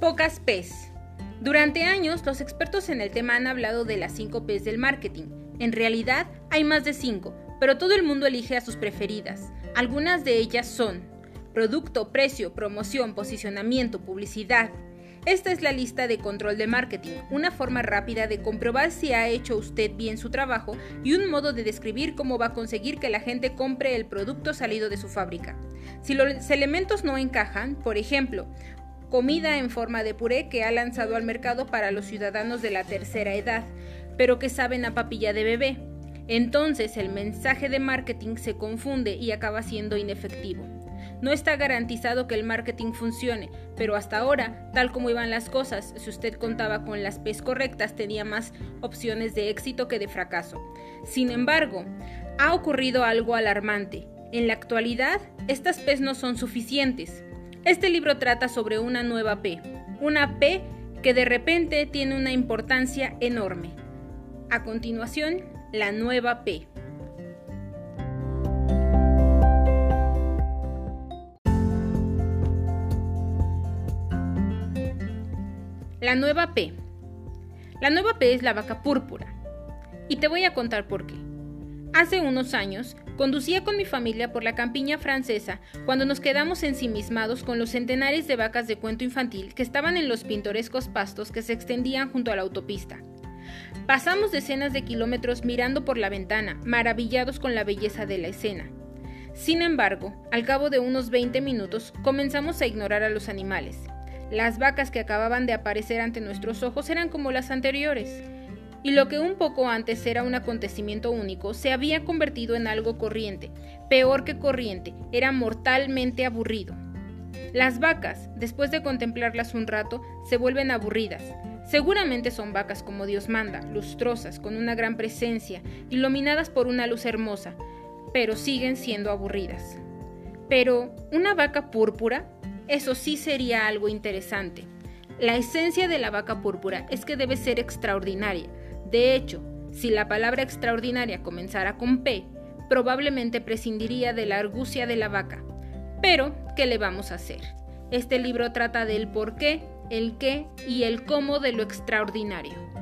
Pocas P's. Durante años, los expertos en el tema han hablado de las 5 P's del marketing. En realidad, hay más de 5, pero todo el mundo elige a sus preferidas. Algunas de ellas son producto, precio, promoción, posicionamiento, publicidad. Esta es la lista de control de marketing, una forma rápida de comprobar si ha hecho usted bien su trabajo y un modo de describir cómo va a conseguir que la gente compre el producto salido de su fábrica. Si los elementos no encajan, por ejemplo, comida en forma de puré que ha lanzado al mercado para los ciudadanos de la tercera edad, pero que saben a papilla de bebé, entonces el mensaje de marketing se confunde y acaba siendo inefectivo. No está garantizado que el marketing funcione, pero hasta ahora, tal como iban las cosas, si usted contaba con las P's correctas, tenía más opciones de éxito que de fracaso. Sin embargo, ha ocurrido algo alarmante. En la actualidad, estas P's no son suficientes. Este libro trata sobre una nueva P, una P que de repente tiene una importancia enorme. A continuación, la nueva P. La nueva P. La nueva P es la vaca púrpura. Y te voy a contar por qué. Hace unos años, conducía con mi familia por la campiña francesa cuando nos quedamos ensimismados con los centenares de vacas de cuento infantil que estaban en los pintorescos pastos que se extendían junto a la autopista. Pasamos decenas de kilómetros mirando por la ventana, maravillados con la belleza de la escena. Sin embargo, al cabo de unos 20 minutos, comenzamos a ignorar a los animales. Las vacas que acababan de aparecer ante nuestros ojos eran como las anteriores. Y lo que un poco antes era un acontecimiento único, se había convertido en algo corriente. Peor que corriente, era mortalmente aburrido. Las vacas, después de contemplarlas un rato, se vuelven aburridas. Seguramente son vacas como Dios manda, lustrosas, con una gran presencia, iluminadas por una luz hermosa, pero siguen siendo aburridas. Pero, ¿una vaca púrpura? Eso sí sería algo interesante. La esencia de la vaca púrpura es que debe ser extraordinaria. De hecho, si la palabra extraordinaria comenzara con P, probablemente prescindiría de la argucia de la vaca. Pero, ¿qué le vamos a hacer? Este libro trata del por qué, el qué y el cómo de lo extraordinario.